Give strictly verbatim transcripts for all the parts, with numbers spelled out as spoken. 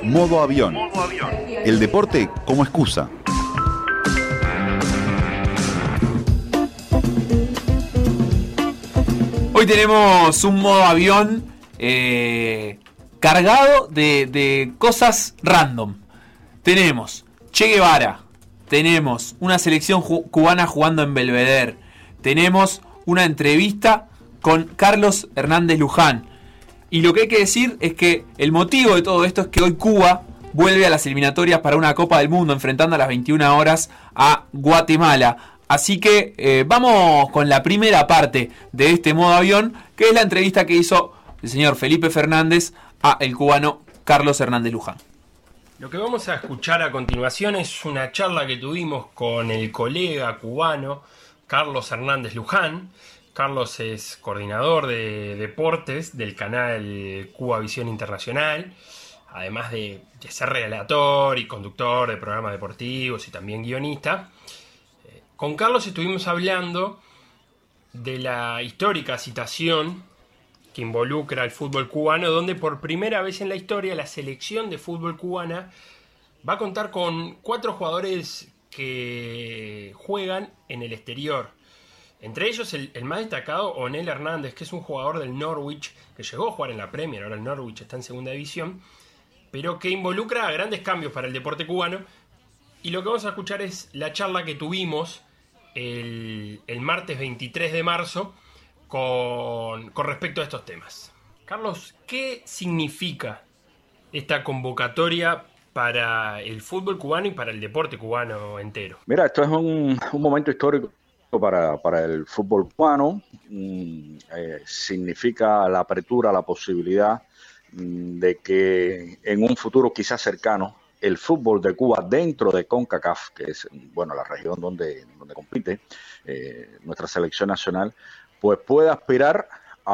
Modo avión. El deporte como excusa. Hoy tenemos un modo avión eh, cargado de, de cosas random. Tenemos Che Guevara, tenemos una selección ju- cubana jugando en Belvedere, tenemos una entrevista con Carlos Hernández Luján. Y lo que hay que decir es que el motivo de todo esto es que hoy Cuba vuelve a las eliminatorias para una Copa del Mundo, enfrentando a las veintiuna horas a Guatemala. Así que eh, vamos con la primera parte de este modo avión, que es la entrevista que hizo el señor Felipe Fernández a el cubano Carlos Hernández Luján. Lo que vamos a escuchar a continuación es una charla que tuvimos con el colega cubano Carlos Hernández Luján. Carlos es coordinador de deportes del canal Cuba Visión Internacional, además de, de ser relator y conductor de programas deportivos y también guionista. Eh, con Carlos estuvimos hablando de la histórica citación que involucra al fútbol cubano, donde por primera vez en la historia la selección de fútbol cubana va a contar con cuatro jugadores que juegan en el exterior. Entre ellos el, el más destacado, Onel Hernández, que es un jugador del Norwich, que llegó a jugar en la Premier, ahora el Norwich está en segunda división, pero que involucra grandes cambios para el deporte cubano. Y lo que vamos a escuchar es la charla que tuvimos el, el martes veintitrés de marzo con, con respecto a estos temas. Carlos, ¿qué significa esta convocatoria para el fútbol cubano y para el deporte cubano entero? Mira, esto es un, un momento histórico Para, para el fútbol cubano. mm, eh, significa la apertura, la posibilidad mm, de que en un futuro quizás cercano el fútbol de Cuba dentro de CONCACAF, que es bueno la región donde, donde compite eh, nuestra selección nacional, pues pueda aspirar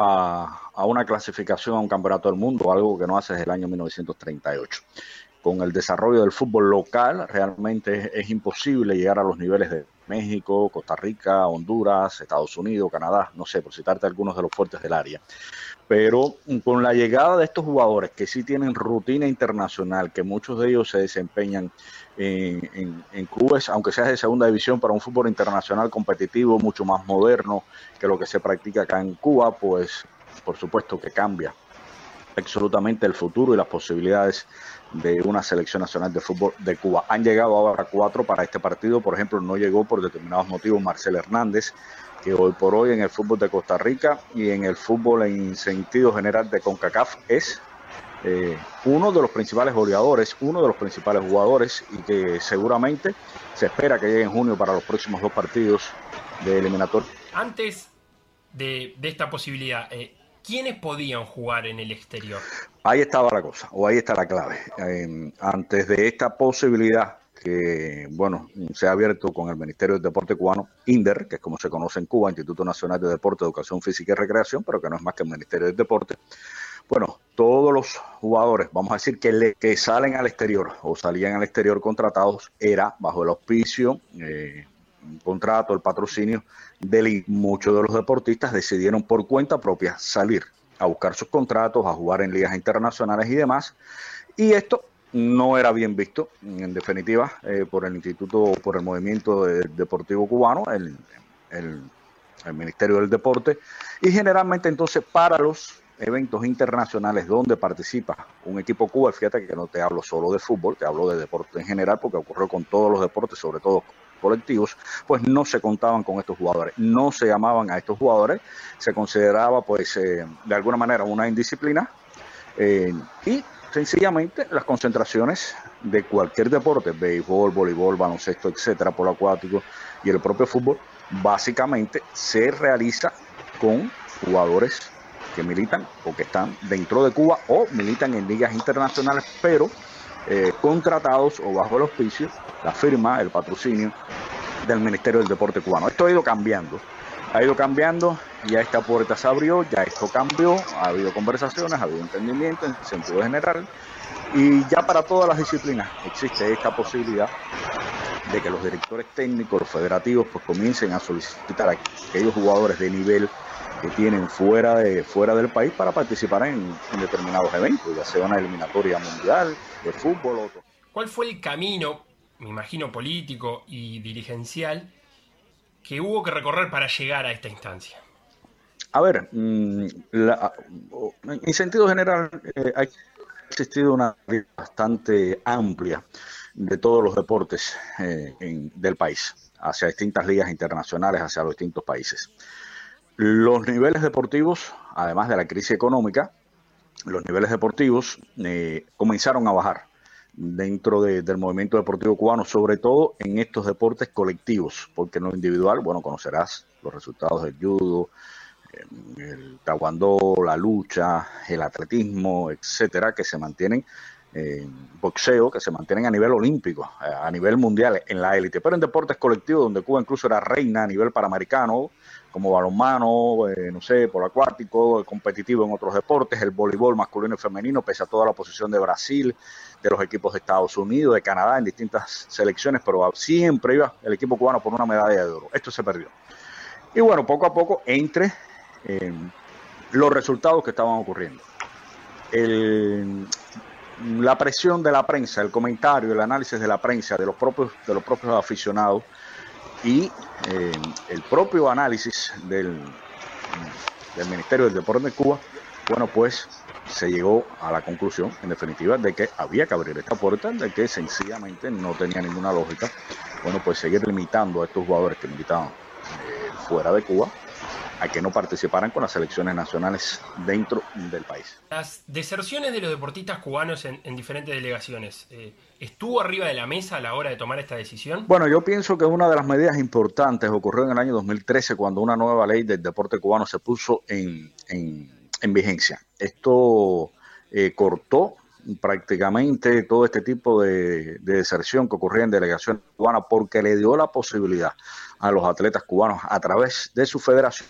a, a una clasificación a un campeonato del mundo, algo que no hace desde el año mil novecientos treinta y ocho. Con el desarrollo del fútbol local realmente es, es imposible llegar a los niveles de México, Costa Rica, Honduras, Estados Unidos, Canadá, no sé, por citarte algunos de los fuertes del área. Pero con la llegada de estos jugadores que sí tienen rutina internacional, que muchos de ellos se desempeñan en, en, en clubes, aunque sea de segunda división, para un fútbol internacional competitivo, mucho más moderno que lo que se practica acá en Cuba, pues por supuesto que cambia absolutamente el futuro y las posibilidades de una selección nacional de fútbol de Cuba. Han llegado ahora cuatro para este partido. Por ejemplo, no llegó por determinados motivos Marcel Hernández, que hoy por hoy en el fútbol de Costa Rica y en el fútbol en sentido general de CONCACAF es eh, uno de los principales goleadores, uno de los principales jugadores, y que seguramente se espera que llegue en junio para los próximos dos partidos de eliminatoria. Antes de, de esta posibilidad, eh, ¿quiénes podían jugar en el exterior? Ahí estaba la cosa, o ahí está la clave. Eh, antes de esta posibilidad que, bueno, se ha abierto con el Ministerio del Deporte Cubano, INDER, que es como se conoce en Cuba, Instituto Nacional de Deporte, Educación Física y Recreación, pero que no es más que el Ministerio del Deporte. Bueno, todos los jugadores, vamos a decir, que, le, que salen al exterior o salían al exterior contratados, era bajo el auspicio, eh, un contrato, el patrocinio del I. Muchos de los deportistas decidieron por cuenta propia salir a buscar sus contratos, a jugar en ligas internacionales y demás, y esto no era bien visto, en definitiva, eh, por el Instituto, por el Movimiento de, Deportivo Cubano, el, el, el Ministerio del Deporte, y generalmente entonces para los eventos internacionales donde participa un equipo Cuba, fíjate que no te hablo solo de fútbol, te hablo de deporte en general, porque ocurrió con todos los deportes, sobre todo colectivos, pues no se contaban con estos jugadores, no se llamaban a estos jugadores, se consideraba pues eh, de alguna manera una indisciplina eh, y sencillamente las concentraciones de cualquier deporte, béisbol, voleibol, baloncesto, etcétera, polo acuático y el propio fútbol, básicamente se realiza con jugadores que militan o que están dentro de Cuba o militan en ligas internacionales, pero eh, contratados o bajo el auspicio, la firma, el patrocinio del Ministerio del Deporte Cubano. Esto ha ido cambiando, ha ido cambiando, ya esta puerta se abrió, ya esto cambió, ha habido conversaciones, ha habido entendimiento en sentido general, y ya para todas las disciplinas existe esta posibilidad de que los directores técnicos, los federativos, pues comiencen a solicitar a aquellos jugadores de nivel que tienen fuera de fuera del país para participar en, en determinados eventos, ya sea una eliminatoria mundial de fútbol o otro. ¿Cuál fue el camino, me imagino político y dirigencial, que hubo que recorrer para llegar a esta instancia? A ver, la, en sentido general, eh, ha existido una red bastante amplia de todos los deportes eh, en, del país, hacia distintas ligas internacionales, hacia los distintos países. Los niveles deportivos, además de la crisis económica, los niveles deportivos eh, comenzaron a bajar dentro de, del movimiento deportivo cubano, sobre todo en estos deportes colectivos, porque en lo individual, bueno, conocerás los resultados del judo, el taekwondo, la lucha, el atletismo, etcétera, que se mantienen, eh, boxeo, que se mantienen a nivel olímpico, a nivel mundial, en la élite, pero en deportes colectivos, donde Cuba incluso era reina a nivel panamericano, como balonmano, eh, no sé, polo acuático, competitivo en otros deportes, el voleibol masculino y femenino, pese a toda la oposición de Brasil, de los equipos de Estados Unidos, de Canadá, en distintas selecciones, pero siempre iba el equipo cubano por una medalla de oro. Esto se perdió. Y bueno, poco a poco, entre eh, los resultados que estaban ocurriendo, el, la presión de la prensa, el comentario, el análisis de la prensa, de los propios, de los propios aficionados, y eh, el propio análisis del, del Ministerio del Deporte de Cuba, bueno, pues se llegó a la conclusión, en definitiva, de que había que abrir esta puerta, de que sencillamente no tenía ninguna lógica, bueno, pues seguir limitando a estos jugadores que militaban eh, fuera de Cuba a que no participaran con las selecciones nacionales dentro del país. Las deserciones de los deportistas cubanos en, en diferentes delegaciones, eh, ¿estuvo arriba de la mesa a la hora de tomar esta decisión? Bueno, yo pienso que una de las medidas importantes ocurrió en el año dos mil trece, cuando una nueva ley del deporte cubano se puso en, en, en vigencia. Esto eh, cortó prácticamente todo este tipo de, de deserción que ocurría en delegaciones cubanas, porque le dio la posibilidad a los atletas cubanos, a través de su federación,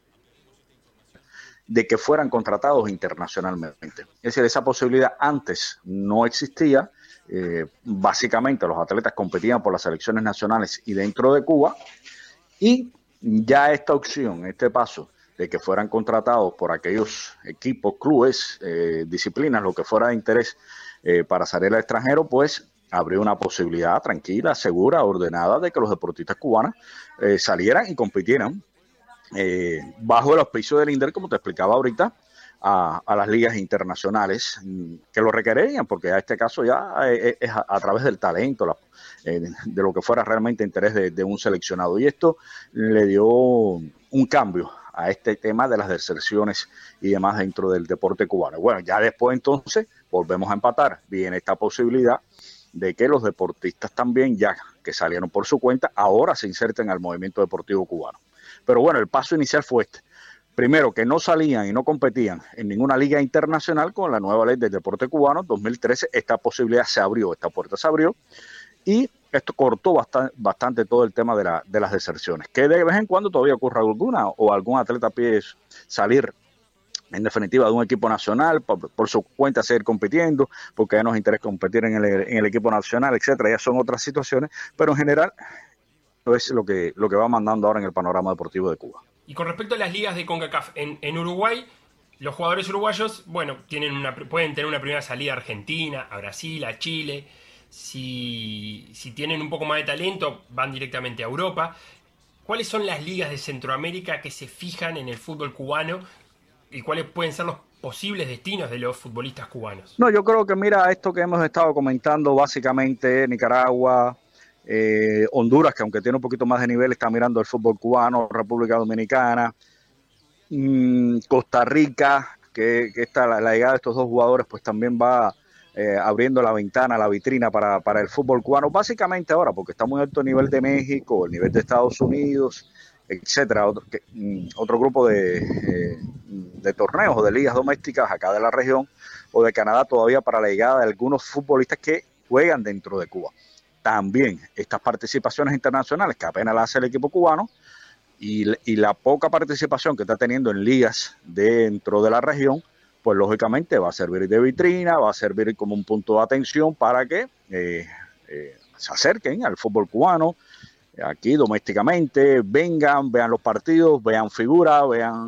de que fueran contratados internacionalmente. Es decir, esa posibilidad antes no existía. Eh, básicamente los atletas competían por las selecciones nacionales y dentro de Cuba, y ya esta opción, este paso de que fueran contratados por aquellos equipos, clubes, eh, disciplinas, lo que fuera de interés eh, para salir al extranjero, pues abrió una posibilidad tranquila, segura, ordenada, de que los deportistas cubanos eh, salieran y compitieran Eh, bajo el auspicio del INDER, como te explicaba ahorita, a, a las ligas internacionales que lo requerían, porque a este caso ya es, es a, a través del talento, la, eh, de lo que fuera realmente interés de, de un seleccionado. Y esto le dio un cambio a este tema de las deserciones y demás dentro del deporte cubano. Bueno, ya después entonces volvemos a empatar. Viene esta posibilidad de que los deportistas también, ya que salieron por su cuenta, ahora se inserten al movimiento deportivo cubano. Pero bueno, el paso inicial fue este. Primero, que no salían y no competían en ninguna liga internacional. Con la nueva ley del deporte cubano, dos mil trece, esta posibilidad se abrió, esta puerta se abrió, y esto cortó bastante, bastante todo el tema de, la, de las deserciones. Que de vez en cuando todavía ocurre alguna, o algún atleta pide salir, en definitiva, de un equipo nacional, por, por su cuenta seguir compitiendo, porque ya nos interesa competir en el, en el equipo nacional, etcétera. Ya son otras situaciones, pero en general es lo que, lo que va mandando ahora en el panorama deportivo de Cuba. Y con respecto a las ligas de CONCACAF, en, en Uruguay, los jugadores uruguayos, bueno, tienen una, pueden tener una primera salida a Argentina, a Brasil, a Chile. Si, si tienen un poco más de talento, van directamente a Europa. ¿Cuáles son las ligas de Centroamérica que se fijan en el fútbol cubano y cuáles pueden ser los posibles destinos de los futbolistas cubanos? No, yo creo que mira esto que hemos estado comentando, básicamente Nicaragua, Eh, Honduras, que aunque tiene un poquito más de nivel, está mirando el fútbol cubano, República Dominicana, mmm, Costa Rica, que, que esta, la, la llegada de estos dos jugadores pues también va eh, abriendo la ventana, la vitrina para, para el fútbol cubano, básicamente ahora, porque está muy alto el nivel de México, el nivel de Estados Unidos, etcétera, otro, que, mm, otro grupo de, eh, de torneos o de ligas domésticas acá de la región o de Canadá todavía para la llegada de algunos futbolistas que juegan dentro de Cuba. También estas participaciones internacionales que apenas la hace el equipo cubano, y, y la poca participación que está teniendo en ligas dentro de la región, pues lógicamente va a servir de vitrina, va a servir como un punto de atención para que eh, eh, se acerquen al fútbol cubano aquí domésticamente, vengan, vean los partidos, vean figuras, vean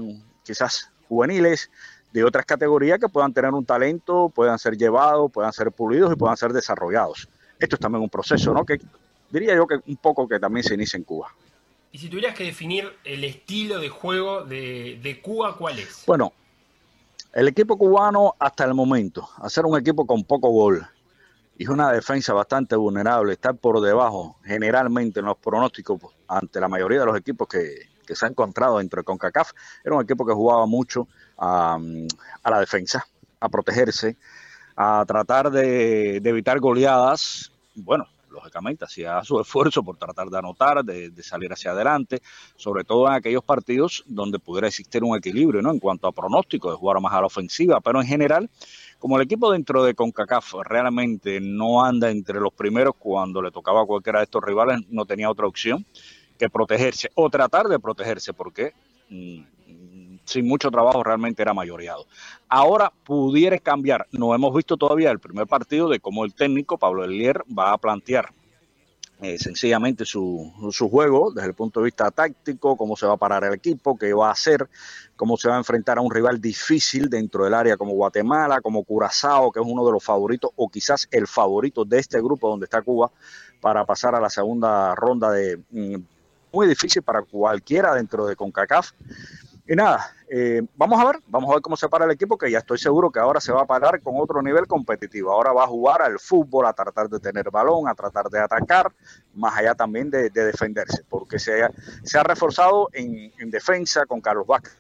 quizás juveniles de otras categorías que puedan tener un talento, puedan ser llevados, puedan ser pulidos y puedan ser desarrollados. Esto es también un proceso, ¿no? Que diría yo que un poco que también se inicia en Cuba. Y si tuvieras que definir el estilo de juego de, de Cuba, ¿cuál es? Bueno, el equipo cubano hasta el momento, hacer un equipo con poco gol y una defensa bastante vulnerable, estar por debajo generalmente en los pronósticos ante la mayoría de los equipos que, que se han encontrado dentro de CONCACAF, era un equipo que jugaba mucho a, a la defensa, a protegerse, a tratar de, de evitar goleadas. Bueno, lógicamente hacía su esfuerzo por tratar de anotar, de, de salir hacia adelante, sobre todo en aquellos partidos donde pudiera existir un equilibrio, ¿no? En cuanto a pronóstico, de jugar más a la ofensiva, pero en general, como el equipo dentro de CONCACAF realmente no anda entre los primeros, cuando le tocaba a cualquiera de estos rivales, no tenía otra opción que protegerse o tratar de protegerse, porque mmm, sin mucho trabajo realmente era mayoreado. Ahora pudiera cambiar. No hemos visto todavía el primer partido de cómo el técnico Pablo Elier va a plantear eh, sencillamente su, su juego desde el punto de vista táctico, cómo se va a parar el equipo, qué va a hacer, cómo se va a enfrentar a un rival difícil dentro del área como Guatemala, como Curazao, que es uno de los favoritos o quizás el favorito de este grupo donde está Cuba para pasar a la segunda ronda de mm, muy difícil para cualquiera dentro de CONCACAF. Y nada, eh, vamos a ver, vamos a ver cómo se para el equipo, que ya estoy seguro que ahora se va a parar con otro nivel competitivo. Ahora va a jugar al fútbol, a tratar de tener balón, a tratar de atacar, más allá también de, de defenderse, porque se ha, se ha reforzado en, en defensa con Carlos Vázquez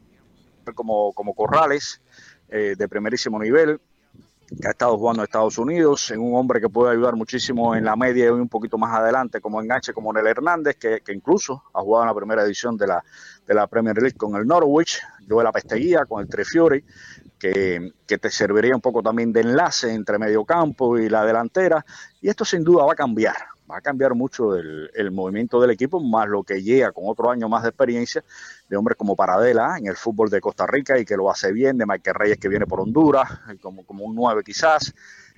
como, como Corrales, eh, de primerísimo nivel, que ha estado jugando en Estados Unidos, en un hombre que puede ayudar muchísimo en la media y un poquito más adelante como enganche, como Nel Hernández, que, que incluso ha jugado en la primera edición de la, de la Premier League con el Norwich, Joel Apesteguía con el Trefiori, que, que te serviría un poco también de enlace entre medio campo y la delantera, y esto sin duda va a cambiar, va a cambiar mucho el, el movimiento del equipo, más lo que llega con otro año más de experiencia de hombres como Paradela en el fútbol de Costa Rica y que lo hace bien, de Michael Reyes que viene por Honduras, como, como un nueve quizás.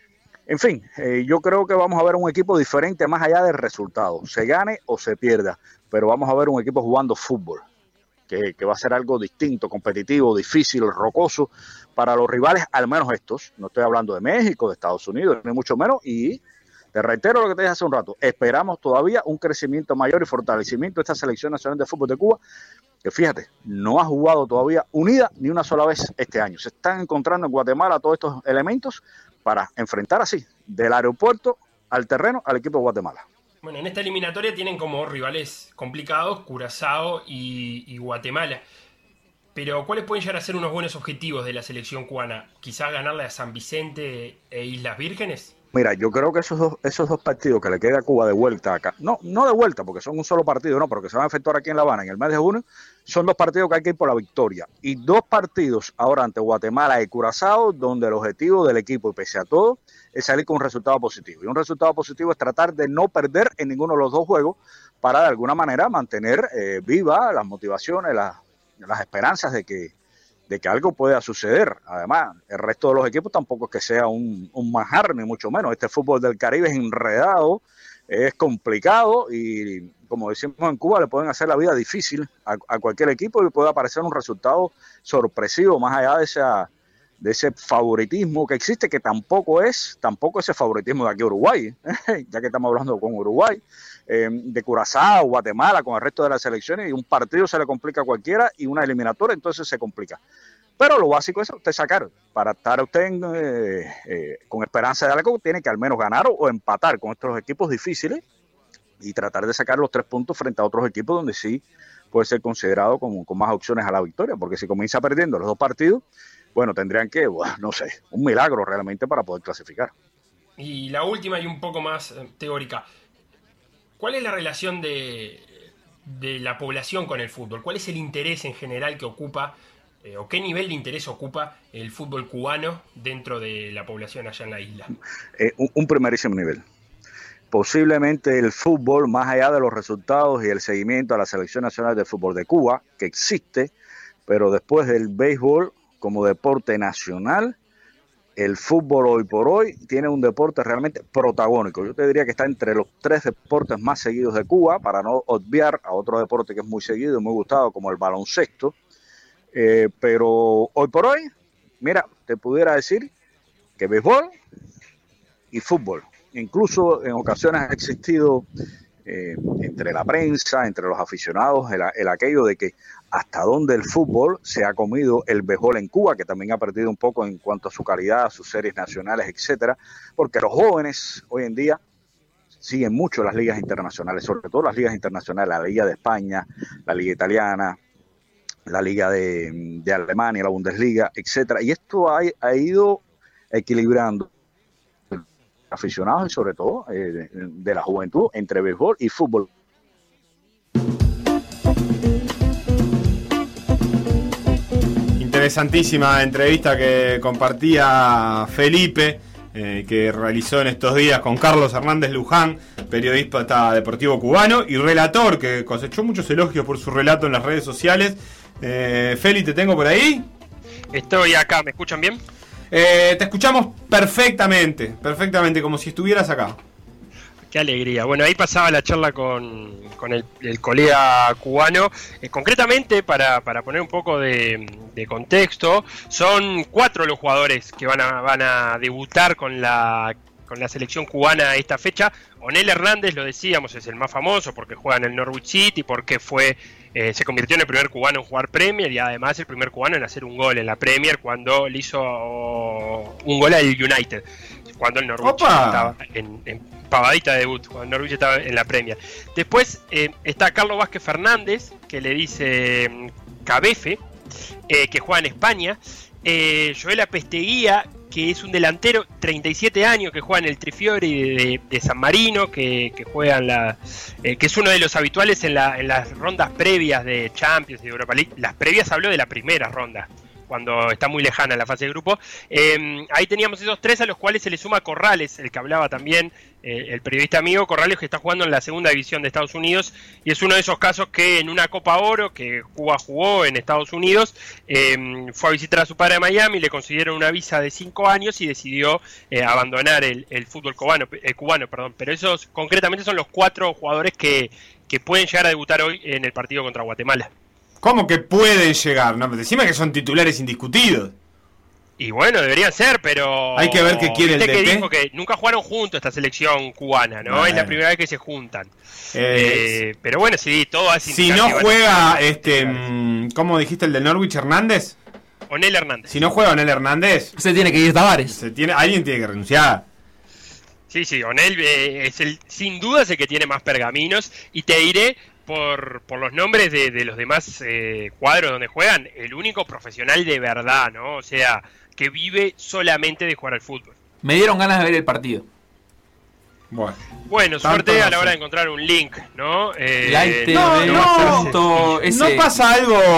En fin, eh, yo creo que vamos a ver un equipo diferente más allá del resultado, se gane o se pierda, pero vamos a ver un equipo jugando fútbol, que, que va a ser algo distinto, competitivo, difícil, rocoso para los rivales, al menos estos. No estoy hablando de México, de Estados Unidos, ni mucho menos, y te reitero lo que te dije hace un rato, esperamos todavía un crecimiento mayor y fortalecimiento de esta selección nacional de fútbol de Cuba, que fíjate, no ha jugado todavía unida ni una sola vez este año. Se están encontrando en Guatemala todos estos elementos para enfrentar así, del aeropuerto al terreno, al equipo de Guatemala. Bueno, en esta eliminatoria tienen como rivales complicados Curazao y, y Guatemala. Pero ¿cuáles pueden llegar a ser unos buenos objetivos de la selección cubana? ¿Quizás ganarle a San Vicente e Islas Vírgenes? Mira, yo creo que esos dos, esos dos partidos que le queda a Cuba de vuelta acá, no, no de vuelta porque son un solo partido, no, pero que se van a efectuar aquí en La Habana en el mes de junio, son dos partidos que hay que ir por la victoria. Y dos partidos ahora ante Guatemala y Curazao, donde el objetivo del equipo, y pese a todo, es salir con un resultado positivo. Y un resultado positivo es tratar de no perder en ninguno de los dos juegos para de alguna manera mantener eh, viva las motivaciones, las, las esperanzas de que de que algo pueda suceder. Además, el resto de los equipos tampoco es que sea un, un manjar, ni mucho menos. Este fútbol del Caribe es enredado, es complicado y, como decimos en Cuba, le pueden hacer la vida difícil a, a cualquier equipo y puede aparecer un resultado sorpresivo, más allá de esa de ese favoritismo que existe, que tampoco es, tampoco ese favoritismo de aquí Uruguay, ya que estamos hablando con Uruguay, eh, de Curazao, Guatemala, con el resto de las selecciones, y un partido se le complica a cualquiera y una eliminatoria entonces se complica. Pero lo básico es usted sacar, para estar usted en, eh, eh, con esperanza de algo, tiene que al menos ganar o, o empatar con estos equipos difíciles y tratar de sacar los tres puntos frente a otros equipos donde sí puede ser considerado como, con más opciones a la victoria, porque si comienza perdiendo los dos partidos, bueno, tendrían que, bueno, no sé, un milagro realmente para poder clasificar. Y la última y un poco más eh, teórica. ¿Cuál es la relación de, de la población con el fútbol? ¿Cuál es el interés en general que ocupa, eh, o qué nivel de interés ocupa el fútbol cubano dentro de la población allá en la isla? Eh, un, un primerísimo nivel. Posiblemente el fútbol, más allá de los resultados y el seguimiento a la Selección Nacional de Fútbol de Cuba, que existe, pero después del béisbol como deporte nacional, el fútbol hoy por hoy tiene un deporte realmente protagónico. Yo te diría que está entre los tres deportes más seguidos de Cuba, para no obviar a otro deporte que es muy seguido y muy gustado como el baloncesto. Eh, pero hoy por hoy, mira, te pudiera decir que béisbol y fútbol. Incluso en ocasiones ha existido eh, entre la prensa, entre los aficionados, el, el aquello de que hasta dónde el fútbol se ha comido el béisbol en Cuba, que también ha perdido un poco en cuanto a su calidad, a sus series nacionales, etcétera, porque los jóvenes hoy en día siguen mucho las ligas internacionales, sobre todo las ligas internacionales, la Liga de España, la Liga Italiana, la Liga de, de Alemania, la Bundesliga, etcétera, y esto ha, ha ido equilibrando aficionados y sobre todo eh, de la juventud entre béisbol y fútbol. Interesantísima entrevista que compartía Felipe, eh, que realizó en estos días con Carlos Hernández Luján, periodista deportivo cubano y relator, que cosechó muchos elogios por su relato en las redes sociales. Eh, Feli, ¿te tengo por ahí? Estoy acá, ¿me escuchan bien? Eh, te escuchamos perfectamente, perfectamente, como si estuvieras acá. Qué alegría. Bueno, ahí pasaba la charla con, con el, el colega cubano. Eh, concretamente, para, para poner un poco de, de contexto, son cuatro los jugadores que van a, van a debutar con la, con la selección cubana esta fecha. Onel Hernández, lo decíamos, es el más famoso porque juega en el Norwich City, porque fue eh, se convirtió en el primer cubano en jugar Premier y además el primer cubano en hacer un gol en la Premier cuando le hizo un gol al United, cuando el Norwich ¡Opa! Estaba en, en pavadita de debut, cuando el Norwich estaba en la Premier. Después eh, está Carlos Vázquez Fernández, que le dice Cabefe, eh, que juega en España. Eh, Joel Apesteguía, que es un delantero, treinta y siete años, que juega en el Trifiori de, de, de San Marino, que, que juega en la, eh, que es uno de los habituales en, la, en las rondas previas de Champions, de Europa League. Las previas habló de la primera ronda, cuando está muy lejana la fase de grupo. Eh, ahí teníamos esos tres, a los cuales se le suma Corrales, el que hablaba también eh, el periodista amigo Corrales, que está jugando en la segunda división de Estados Unidos, y es uno de esos casos que en una Copa Oro que Cuba jugó en Estados Unidos, eh, fue a visitar a su padre a Miami, le consiguieron una visa de cinco años y decidió eh, abandonar el, el fútbol cubano, eh, cubano, perdón. Pero esos concretamente son los cuatro jugadores que, que pueden llegar a debutar hoy en el partido contra Guatemala. ¿Cómo que pueden llegar? No, decime que son titulares indiscutidos. Y bueno, deberían ser, pero... Hay que ver qué quiere el D T. Que dijo que nunca jugaron juntos esta selección cubana, ¿no? Bueno. Es la primera vez que se juntan. Eh, eh, pero bueno, sí, todo hace... Si no juega, este, ¿cómo dijiste el del Norwich, Hernández? Onel Hernández. Si no juega Onel Hernández... Se tiene que ir Tavares. Se tiene, alguien tiene que renunciar. Sí, sí, Onel eh, es el, sin duda es el que tiene más pergaminos. Y te diré... Por, por los nombres de, de los demás eh, cuadros donde juegan, el único profesional de verdad, ¿no? O sea, que vive solamente de jugar al fútbol. Me dieron ganas de ver el partido. Bueno, bueno suerte a la hora de encontrar un link, ¿no? Eh, no, no, no, ese... ¿No pasa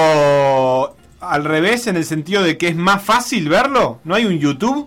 algo al revés en el sentido de que es más fácil verlo? ¿No hay un YouTube?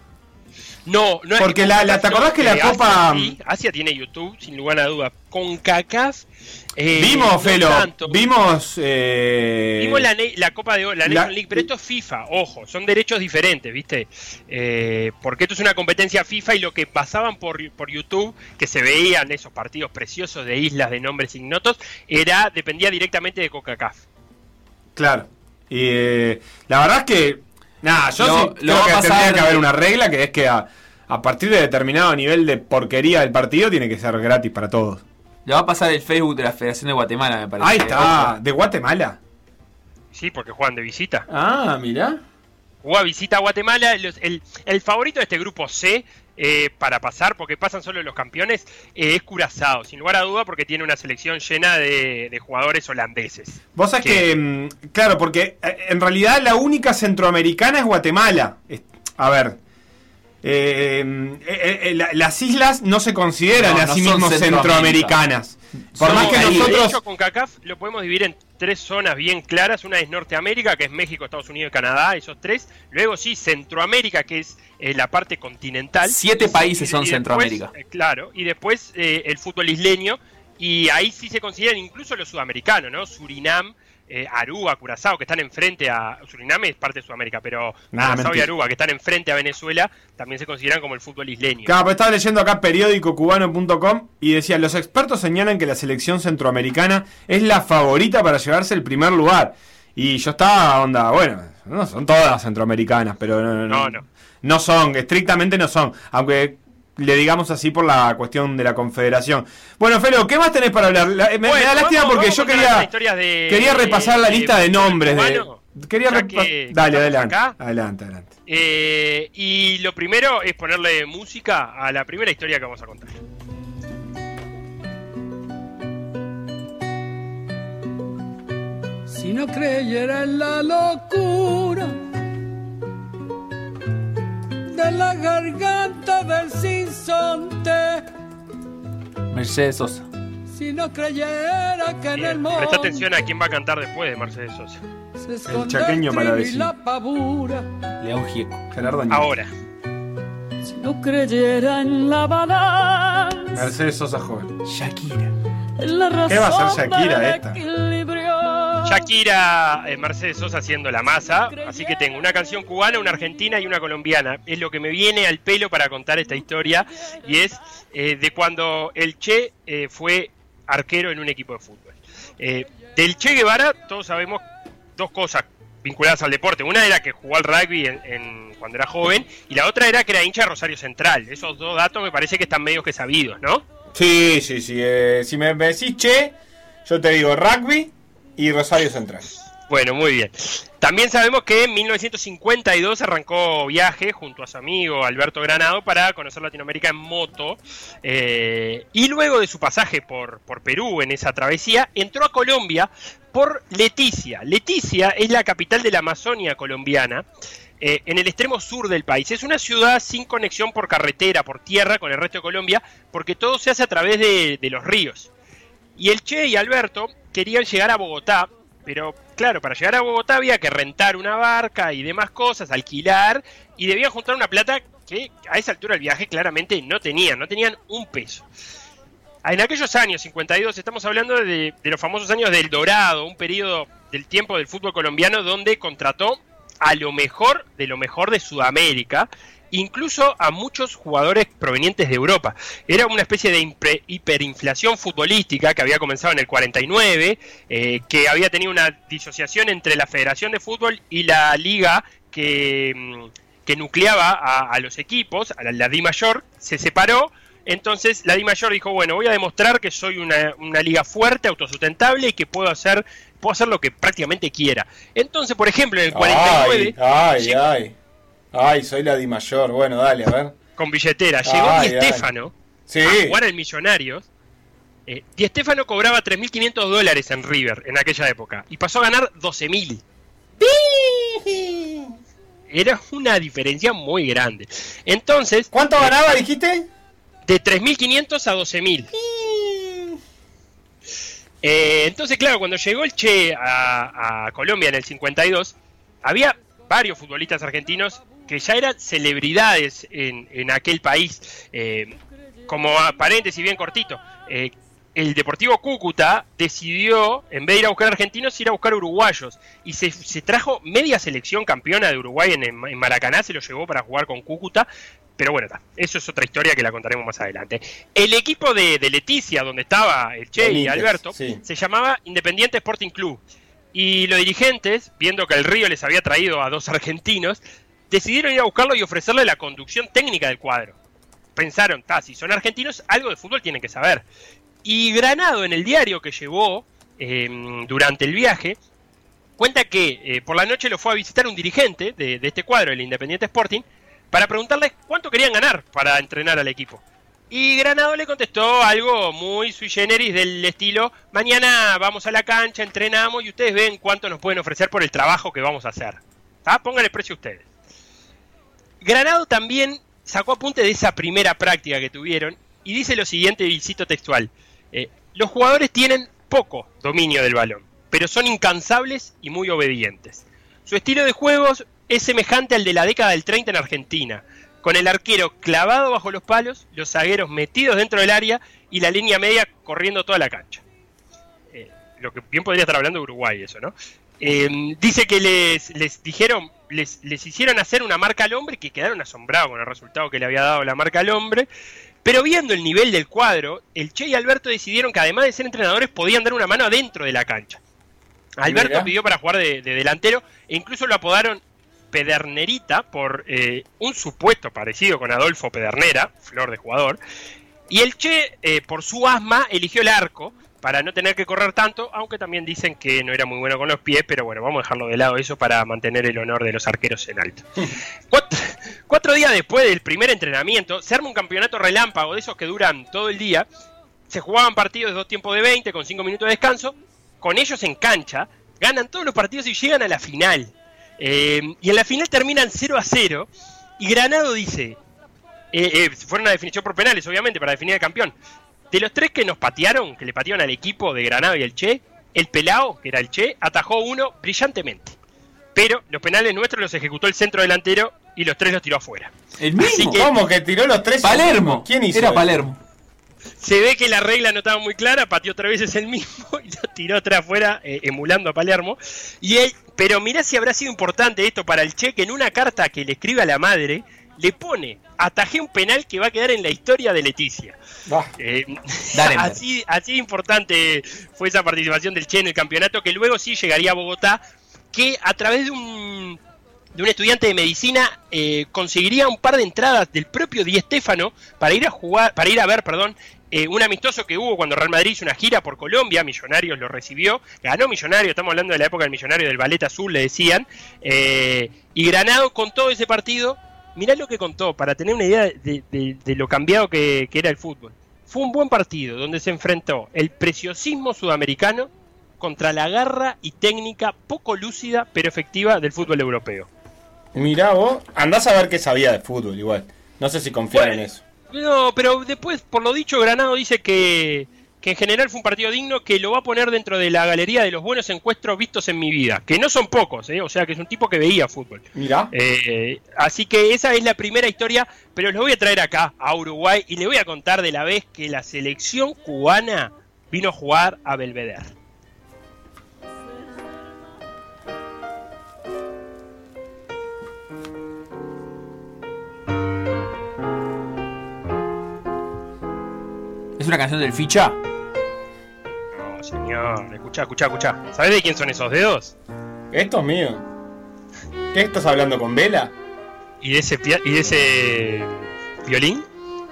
No, no es porque la, la, ¿te acordás que la Asia, Copa... Sí, Asia tiene YouTube, sin lugar a duda. CONCACAF... Eh, vimos, no Felo, tanto. vimos... Eh... Vimos la, la Copa de la Nation League, pero esto es FIFA, ojo, son derechos diferentes, ¿viste? Eh, porque esto es una competencia FIFA y lo que pasaban por, por YouTube, que se veían esos partidos preciosos de islas de nombres ignotos, era dependía directamente de CONCACAF. Claro, y eh, la verdad es que... Nada, yo lo, sí lo creo que pasar... tendría que haber una regla que es que a, a partir de determinado nivel de porquería del partido tiene que ser gratis para todos. Le va a pasar el Facebook de la Federación de Guatemala, me parece. Ahí está, ¿de Guatemala? Sí, porque juegan de visita. Ah, mirá. Juega visita a Guatemala. Los, el, el favorito de este grupo C eh, para pasar, porque pasan solo los campeones, eh, es Curazao, sin lugar a duda, porque tiene una selección llena de, de jugadores holandeses. Vos sabés que, que, claro, porque en realidad la única centroamericana es Guatemala. A ver... Eh, eh, eh, la, las islas no se consideran no, a sí no mismos centroamericanas. Por son más que Caribe. nosotros. De hecho, con CONCACAF lo podemos dividir en tres zonas bien claras. Una es Norteamérica, que es México, Estados Unidos y Canadá, esos tres. Luego sí, Centroamérica, que es eh, la parte continental. Siete países son y después, Centroamérica. Eh, claro, y después eh, el fútbol isleño. Y ahí sí se consideran incluso los sudamericanos, ¿no? Surinam. Eh, Aruba, Curazao, que están enfrente a... Suriname es parte de Sudamérica, pero nah, Curazao mentira. y Aruba, que están enfrente a Venezuela, también se consideran como el fútbol isleño. Claro, pero estaba leyendo acá periódico cubano punto com y decía, los expertos señalan que la selección centroamericana es la favorita para llevarse el primer lugar. Y yo estaba, onda, bueno, no son todas centroamericanas, pero no, no, No, no. no son, estrictamente no son, aunque le digamos así por la cuestión de la confederación. Bueno, Felo, ¿qué más tenés para hablar? La- me, Bueno, me da lástima vamos- porque vamos yo a contar quería las historias de- quería repasar la de- lista de de- nombres de, cubano, quería ya repa- que dale, estamos adelante, acá. adelante, adelante. Eh, y lo primero es ponerle música a la primera historia que vamos a contar. Si no creyera en la locura de la garganta del sinsonte, Mercedes Sosa. si no creyera que en el Bien, monte presta atención a quién va a cantar después de Mercedes Sosa. se esconde chaqueño el palavecino. trigo y la pavura. León Gieco. Gerardo Añez. Ahora, Si no creyera en la balanza, Mercedes Sosa joven. Shakira. en la razón ¿Qué va a hacer Shakira del esta? equilibrio. Shakira, eh, Mercedes Sosa haciendo la masa, así que tengo una canción cubana, una argentina y una colombiana. Es lo que me viene al pelo para contar esta historia y es eh, de cuando el Che eh, fue arquero en un equipo de fútbol. Eh, del Che Guevara todos sabemos dos cosas vinculadas al deporte. Una era que jugó al rugby en, en- cuando era joven y la otra era que era hincha de Rosario Central. Esos dos datos me parece que están medio que sabidos, ¿no? Sí, sí, sí. eh, si me, me decís che, yo te digo rugby y Rosario Central. Bueno, muy bien. También sabemos que en mil novecientos cincuenta y dos arrancó viaje junto a su amigo Alberto Granado para conocer Latinoamérica en moto. eh, y luego de su pasaje por, por Perú en esa travesía, entró a Colombia por Leticia. Leticia es la capital de la Amazonia colombiana, eh, en el extremo sur del país. Es una ciudad sin conexión por carretera, por tierra con el resto de Colombia, porque todo se hace a través de, de los ríos. Y el Che y Alberto querían llegar a Bogotá, pero claro, para llegar a Bogotá había que rentar una barca y demás cosas, alquilar, y debían juntar una plata que a esa altura del viaje claramente no tenían, no tenían un peso. En aquellos años, cincuenta y dos, estamos hablando de, de los famosos años del Dorado, un periodo del tiempo del fútbol colombiano donde contrató a lo mejor de lo mejor de Sudamérica, incluso a muchos jugadores provenientes de Europa. Era una especie de impre, hiperinflación futbolística que había comenzado en el cuarenta y nueve, eh, que había tenido una disociación entre la Federación de Fútbol y la liga que, que nucleaba a, a los equipos, a la, la Di Mayor, se separó. Entonces la Di Mayor dijo, bueno, voy a demostrar que soy una, una liga fuerte, autosustentable y que puedo hacer, puedo hacer lo que prácticamente quiera. Entonces, por ejemplo, en el cuarenta y nueve... Ay, ay, llegó- ay. Ay, soy la Di Mayor. Bueno, dale, a ver. con billetera. Llegó Ay, Di ay. Stéfano Sí. a jugar en Millonarios. Eh, Di Stéfano cobraba tres mil quinientos dólares en River en aquella época y pasó a ganar doce mil. Era una diferencia muy grande. Entonces, ¿Cuánto ganaba, dijiste? de tres mil quinientos a doce mil. Eh, entonces, claro, cuando llegó el Che a, a Colombia en el cincuenta y dos, había varios futbolistas argentinos que ya eran celebridades en, en aquel país. Eh, como a paréntesis bien cortito, eh, el Deportivo Cúcuta decidió, en vez de ir a buscar argentinos, ir a buscar uruguayos. Y se, se trajo media selección campeona de Uruguay en, en Maracaná, se lo llevó para jugar con Cúcuta. Pero bueno, ta, eso es otra historia que la contaremos más adelante. El equipo de, de Leticia, donde estaba el Che y Benítez, Alberto, sí. se llamaba Independiente Sporting Club. Y los dirigentes, viendo que el Río les había traído a dos argentinos, decidieron ir a buscarlo y ofrecerle la conducción técnica del cuadro. Pensaron, ta, si son argentinos, algo de fútbol tienen que saber. Y Granado, en el diario que llevó eh, durante el viaje, cuenta que eh, por la noche lo fue a visitar un dirigente de, de este cuadro, el Independiente Sporting, para preguntarles cuánto querían ganar para entrenar al equipo. Y Granado le contestó algo muy sui generis del estilo, mañana vamos a la cancha, entrenamos y ustedes ven cuánto nos pueden ofrecer por el trabajo que vamos a hacer. ¿Ah? Pongan el precio ustedes. Granado también sacó apunte de esa primera práctica que tuvieron y dice lo siguiente, y cito textual. Eh, los jugadores tienen poco dominio del balón, pero son incansables y muy obedientes. Su estilo de juegos es semejante al de la década del treinta en Argentina, con el arquero clavado bajo los palos, los zagueros metidos dentro del área y la línea media corriendo toda la cancha. Eh, lo que bien podría estar hablando de Uruguay eso, ¿no? Eh, dice que les, les dijeron, les, les hicieron hacer una marca al hombre, que quedaron asombrados con el resultado que le había dado la marca al hombre, pero viendo el nivel del cuadro, el Che y Alberto decidieron que además de ser entrenadores podían dar una mano adentro de la cancha. Alberto Mira. pidió para jugar de, de delantero e incluso lo apodaron Pedernerita por eh, un supuesto parecido con Adolfo Pedernera, flor de jugador. Y el Che, eh, por su asma, eligió el arco para no tener que correr tanto, aunque también dicen que no era muy bueno con los pies, pero bueno, vamos a dejarlo de lado eso para mantener el honor de los arqueros en alto. Cuatro, cuatro días después del primer entrenamiento, se arma un campeonato relámpago de esos que duran todo el día. Se jugaban partidos de dos tiempos de veinte con cinco minutos de descanso. Con ellos en cancha, ganan todos los partidos y llegan a la final. Eh, y en la final terminan cero a cero. Y Granado dice, eh, eh, fue una definición por penales, obviamente, para definir al campeón. De los tres que nos patearon, que le patearon al equipo de Granado y el Che, el Pelao, que era el Che, atajó uno brillantemente. Pero los penales nuestros los ejecutó el centro delantero y los tres los tiró afuera. ¿El mismo? que- ¿Cómo que tiró los tres? Palermo. ¿Quién hizo Era eso? Palermo. Se ve que la regla no estaba muy clara, pateó tres veces el mismo y lo tiró atrás afuera, eh, emulando a Palermo. Y él, pero mirá si habrá sido importante esto para el Che, que en una carta que le escribe a la madre, le pone, atajé un penal que va a quedar en la historia de Leticia. Bah. Eh, Dale, así, así de importante fue esa participación del Che en el campeonato, que luego sí llegaría a Bogotá, que a través de un, de un estudiante de medicina eh, conseguiría un par de entradas del propio Di Stéfano para ir a jugar, para ir a ver, perdón, eh, un amistoso que hubo cuando Real Madrid hizo una gira por Colombia. Millonarios lo recibió, ganó Millonarios, estamos hablando de la época del Millonario del Ballet Azul, le decían, eh, y Granado con todo ese partido. Mirá lo que contó, para tener una idea de, de, de lo cambiado que, que era el fútbol. Fue un buen partido donde se enfrentó el preciosismo sudamericano contra la garra y técnica poco lúcida pero efectiva del fútbol europeo. Mirá vos, andás a ver qué sabía de fútbol igual. No sé si confiar Bueno. en eso. No, pero después, por lo dicho, Granado dice que, que en general fue un partido digno, que lo va a poner dentro de la galería de los buenos encuentros vistos en mi vida, que no son pocos, ¿eh? O sea que es un tipo que veía fútbol. Mirá. Eh, así que esa es la primera historia, pero los voy a traer acá, a Uruguay, y les voy a contar de la vez que la selección cubana vino a jugar a Belvedere. ¿Es una canción del Ficha? No, señor, escuchá, escuchá, escuchá. ¿Sabés de quién son esos dedos? Esto es mío. ¿Qué estás hablando con Vela? ¿Y de ese, pia- y de ese violín?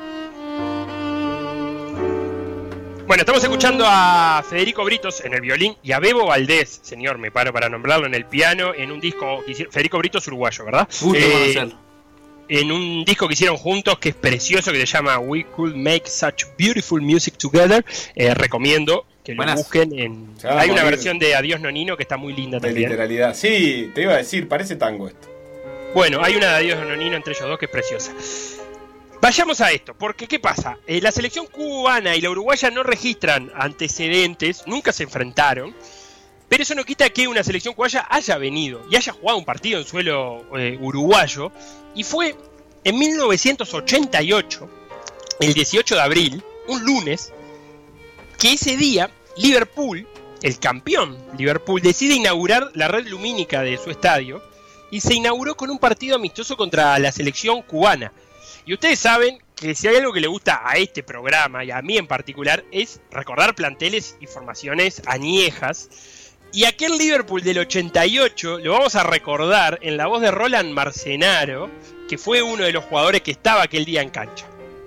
Bueno, estamos escuchando a Federico Britos en el violín y a Bebo Valdés, señor, me paro para nombrarlo, en el piano, en un disco que hicieron. Federico Britos uruguayo, ¿verdad? Gusto Eh, conocerlo. en un disco que hicieron juntos que es precioso, que se llama We Could Make Such Beautiful Music Together. Eh, recomiendo que lo Buenas. busquen. En... Se va a Hay una morir. versión de Adiós Nonino que está muy linda De también. literalidad. Sí, te iba a decir, parece tango esto. Bueno, hay una de Adiós Nonino entre ellos dos que es preciosa. Vayamos a esto, porque ¿qué pasa? Eh, la selección cubana y la uruguaya no registran antecedentes, nunca se enfrentaron, pero eso no quita que una selección cubana haya venido y haya jugado un partido en suelo eh, uruguayo, y fue en mil novecientos ochenta y ocho, el dieciocho de abril, un lunes, que ese día Liverpool, el campeón Liverpool, decide inaugurar la red lumínica de su estadio, y se inauguró con un partido amistoso contra la selección cubana. Y ustedes saben que si hay algo que le gusta a este programa, y a mí en particular, es recordar planteles y formaciones añejas. Y aquel Liverpool del ochenta y ocho lo vamos a recordar en la voz de Roland Marcenaro, que fue uno de los jugadores que estaba aquel día en cancha.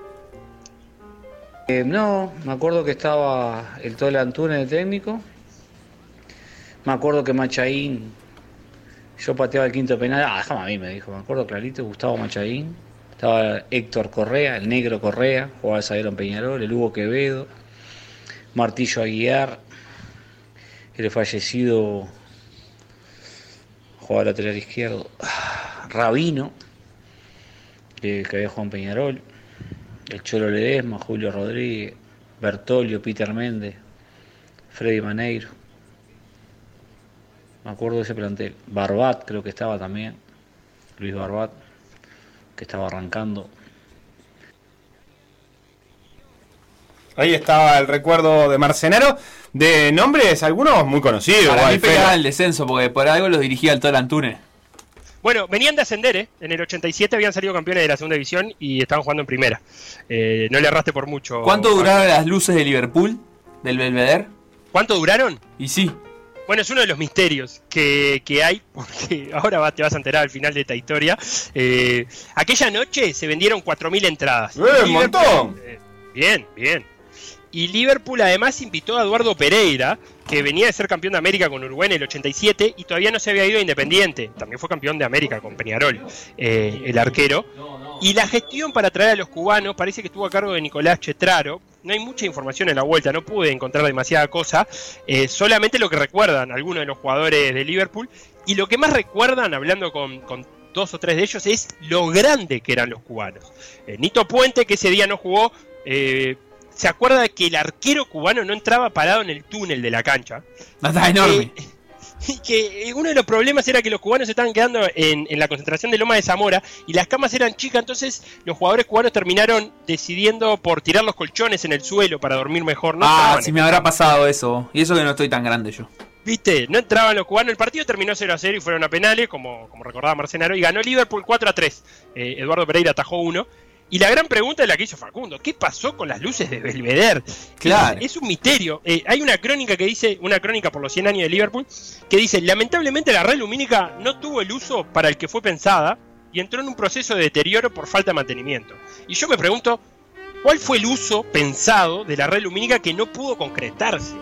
Eh, no, me acuerdo que estaba el Tole Antúnez de técnico. Me acuerdo que Machaín, yo pateaba el quinto penal. Ah, déjame a mí, me dijo. Me acuerdo clarito, Gustavo Machaín. Estaba Héctor Correa, el negro Correa, jugaba de zaguero en Peñarol, el Hugo Quevedo, Martillo Aguiar, el fallecido jugador lateral izquierdo, Rabino, que, que había jugado en Peñarol, el Cholo Ledesma, Julio Rodríguez, Bertolio, Peter Méndez, Freddy Maneiro. Me acuerdo de ese plantel. Barbat creo que estaba también, Luis Barbat, que estaba arrancando. Ahí estaba el recuerdo de Marcenaro. De nombres, algunos muy conocidos. Para igual, mí pegaba Fede. el descenso, porque por algo los dirigía el Tol Antúnez. Bueno, venían de ascender, ¿eh? En el ochenta y siete habían salido campeones de la segunda división y estaban jugando en primera. Eh, no le erraste por mucho. ¿Cuánto duraron las luces de Liverpool, del Belvedere? ¿Cuánto duraron? Y sí, Bueno, es uno de los misterios que, que hay, porque ahora va, te vas a enterar al final de esta historia. Eh, aquella noche se vendieron cuatro mil entradas. ¡Eh, un montón! Eh, bien, bien. Y Liverpool además invitó a Eduardo Pereira, que venía de ser campeón de América con Uruguay en el ochenta y siete y todavía no se había ido a Independiente. También fue campeón de América con Peñarol, eh, el arquero. Y la gestión para traer a los cubanos parece que estuvo a cargo de Nicolás Chetraro. No hay mucha información en la vuelta, no pude encontrar demasiada cosa. Eh, solamente lo que recuerdan algunos de los jugadores de Liverpool. Y lo que más recuerdan, hablando con, con dos o tres de ellos, es lo grande que eran los cubanos. Eh, Nito Puente, que ese día no jugó... Eh, se acuerda de que el arquero cubano no entraba parado en el túnel de la cancha. Está enorme. Eh, y que uno de los problemas era que los cubanos se estaban quedando en, en la concentración de Loma de Zamora y las camas eran chicas, entonces los jugadores cubanos terminaron decidiendo por tirar los colchones en el suelo para dormir mejor. No ah, si me habrá pasado eso. Y eso que no estoy tan grande yo. Viste, no entraban los cubanos. El partido terminó cero a cero y fueron a penales, como, como recordaba Marcenaro, y ganó Liverpool cuatro a tres. Eh, Eduardo Pereira atajó uno. Y la gran pregunta es la que hizo Facundo. ¿Qué pasó con las luces de Belvedere? Claro. Es, es un misterio. Eh, hay una crónica que dice, una crónica por los cien años de Liverpool, que dice, lamentablemente la red lumínica no tuvo el uso para el que fue pensada y entró en un proceso de deterioro por falta de mantenimiento. Y yo me pregunto, ¿cuál fue el uso pensado de la red lumínica que no pudo concretarse?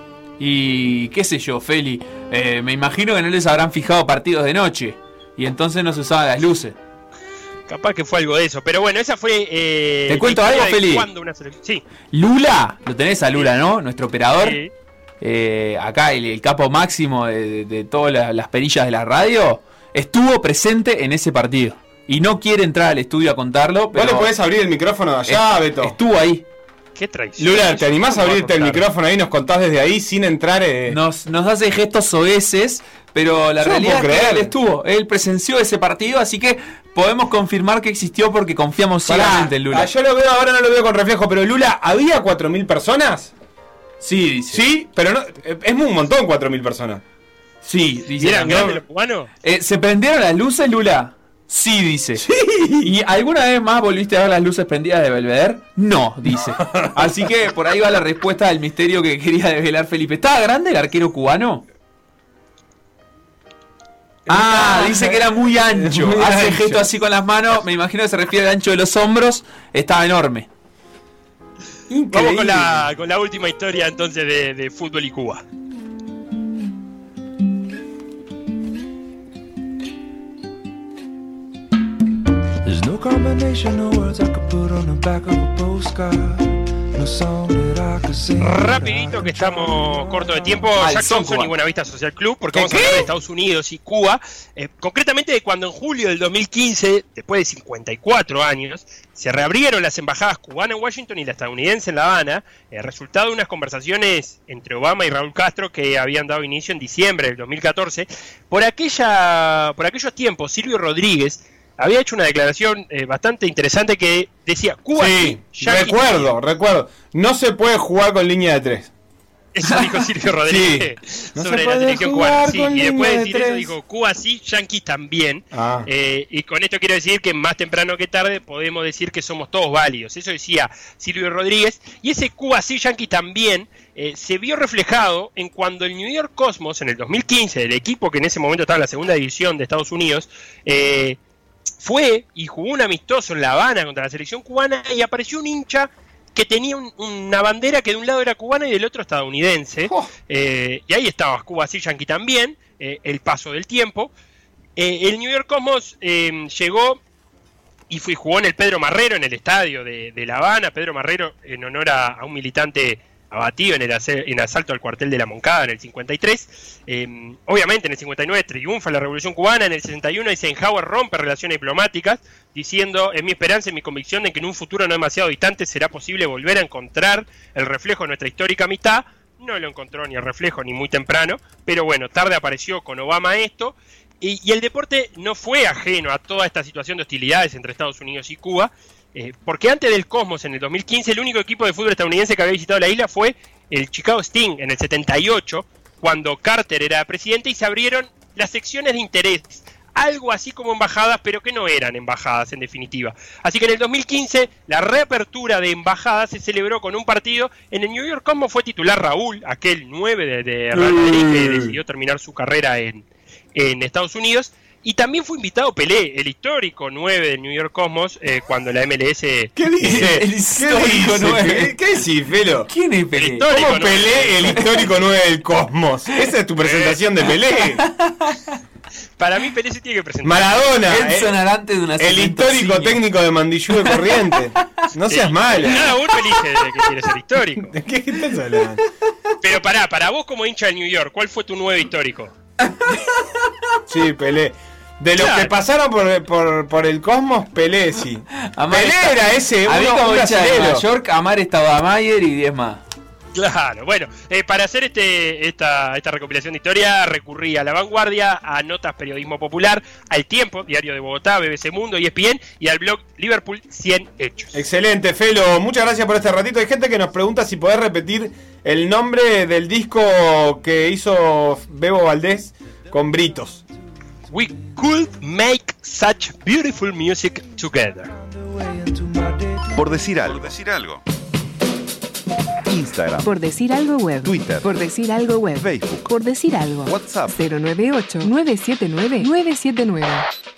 Y qué sé yo, Feli, eh, me imagino que no les habrán fijado partidos de noche y entonces no se usaban las luces. Capaz que fue algo de eso, pero bueno, esa fue... Eh, ¿Te cuento algo, Feli? Una sí. Lula, lo tenés a Lula, ¿no? Nuestro operador. Sí. Eh, acá el, el capo máximo de, de, de todas las, las perillas de la radio, estuvo presente en ese partido. Y no quiere entrar al estudio a contarlo, pero... ¿Vos le podés abrir el micrófono de allá, est- Beto? Estuvo ahí. Qué traición. Lula, ¿te animás a abrirte el micrófono ahí y nos contás desde ahí sin entrar? Eh... Nos, nos hace gestos soeces, pero la Yo no realidad puedo es que creer. él estuvo. Él presenció ese partido, así que podemos confirmar que existió porque confiamos ciegamente en Lula. Ah, yo lo veo, ahora no lo veo con reflejo, pero Lula, ¿había cuatro mil personas? Sí, dice. Sí, pero no, es un montón cuatro mil personas. Sí, dice. ¿Y eran ¿no? grandes los cubanos? Eh, ¿Se prendieron las luces, Lula? Sí, dice. Sí. ¿Y alguna vez más volviste a ver las luces prendidas de Belvedere? No, dice. Así que por ahí va la respuesta del misterio que quería desvelar Felipe. ¿Estaba grande el arquero cubano? Ah, dice que era muy ancho. Muy Hace ancho. gesto así con las manos. Me imagino que se refiere al ancho de los hombros. Estaba enorme. Increíble. Vamos con la, con la última historia entonces de, de fútbol y Cuba. There's no combination of words I could put on the back of a postcard. No song that I could sing. Rapidito que estamos corto de tiempo. Al Jack son Thompson cubano. y Buenavista Social Club, porque ¿Qué, vamos a qué? hablar de Estados Unidos y Cuba. Eh, concretamente de cuando en julio del dos mil quince, después de cincuenta y cuatro años, se reabrieron las embajadas cubana en Washington y la estadounidense en La Habana, eh, resultado de unas conversaciones entre Obama y Raúl Castro que habían dado inicio en diciembre del dos mil catorce. Por aquella, por aquellos tiempos, Silvio Rodríguez había hecho una declaración eh, bastante interesante que decía, Cuba Sí, sí, Yankee recuerdo, también. recuerdo. No se puede jugar con línea de tres. Eso dijo Silvio Rodríguez No sobre se la puede selección jugar cubana. Sí, con y después línea de de decir eso tres. dijo Cuba sí, Yankees también. Ah. Eh, y con esto quiero decir que más temprano que tarde podemos decir que somos todos válidos. Eso decía Silvio Rodríguez. Y ese Cuba sí, Yankees también eh, se vio reflejado en cuando el New York Cosmos en el dos mil quince, el equipo que en ese momento estaba en la segunda división de Estados Unidos, eh, fue y jugó un amistoso en La Habana contra la selección cubana y apareció un hincha que tenía un, una bandera que de un lado era cubana y del otro estadounidense. Oh. Eh, y ahí estaba Cuba sí, Yankee también, eh, el paso del tiempo. Eh, el New York Cosmos eh, llegó y fue, jugó en el Pedro Marrero, en el estadio de, de La Habana. Pedro Marrero en honor a, a un militante abatido en el ase- en asalto al cuartel de la Moncada en el cincuenta y tres. Eh, obviamente en el cincuenta y nueve triunfa la Revolución Cubana. En el sesenta y uno Eisenhower rompe relaciones diplomáticas diciendo, es mi esperanza y mi convicción de que en un futuro no demasiado distante será posible volver a encontrar el reflejo de nuestra histórica amistad. No lo encontró ni el reflejo ni muy temprano, pero bueno, tarde apareció con Obama esto. Y, y el deporte no fue ajeno a toda esta situación de hostilidades entre Estados Unidos y Cuba. Eh, porque antes del Cosmos, en el dos mil quince, el único equipo de fútbol estadounidense que había visitado la isla fue el Chicago Sting en el setenta y ocho, cuando Carter era presidente, y se abrieron las secciones de interés algo así como embajadas, pero que no eran embajadas en definitiva. Así que en el dos mil quince la reapertura de embajadas se celebró con un partido. En el New York Cosmos fue titular Raúl, aquel nueve de, de Real Madrid que decidió terminar su carrera en, en Estados Unidos. Y también fue invitado Pelé, el histórico nueve del New York Cosmos, eh, cuando la M L S... ¿Qué dice? El histórico nueve. ¿Qué decís, Felo? ¿Quién es Pelé? ¿Cómo Pelé, el histórico nueve del Cosmos? Esa es tu presentación de Pelé. Para mí Pelé se tiene que presentar. Maradona, Él sonará antes de una el histórico técnico de Mandillú de Corrientes. No seas malo. Cada uno elige de que quiere ser histórico. ¿De qué estás hablando? Pero pará, para vos como hincha del New York, ¿cuál fue tu nueve histórico? Sí, Pelé. De los Claro. que pasaron por, por, por el Cosmos, Pelé sí. Amar Pelé está- era ese, A mí uno, como un hincha de brasilero. Nueva York, Amar estaba Mayer y diez más. Claro, bueno, eh, para hacer este esta, esta recopilación de historia recurrí a La Vanguardia, a Notas Periodismo Popular, al Tiempo, Diario de Bogotá, B B C Mundo, E S P N y al blog Liverpool cien Hechos. Excelente, Felo. Muchas gracias por este ratito. Hay gente que nos pregunta si podés repetir el nombre del disco que hizo Bebo Valdés con Britos. We could make such beautiful music together. Por decir algo. Por decir algo. Instagram, Por decir algo web. Twitter, Por decir algo web. Facebook, Por decir algo. WhatsApp. cero nueve ocho, nueve siete nueve, nueve siete nueve.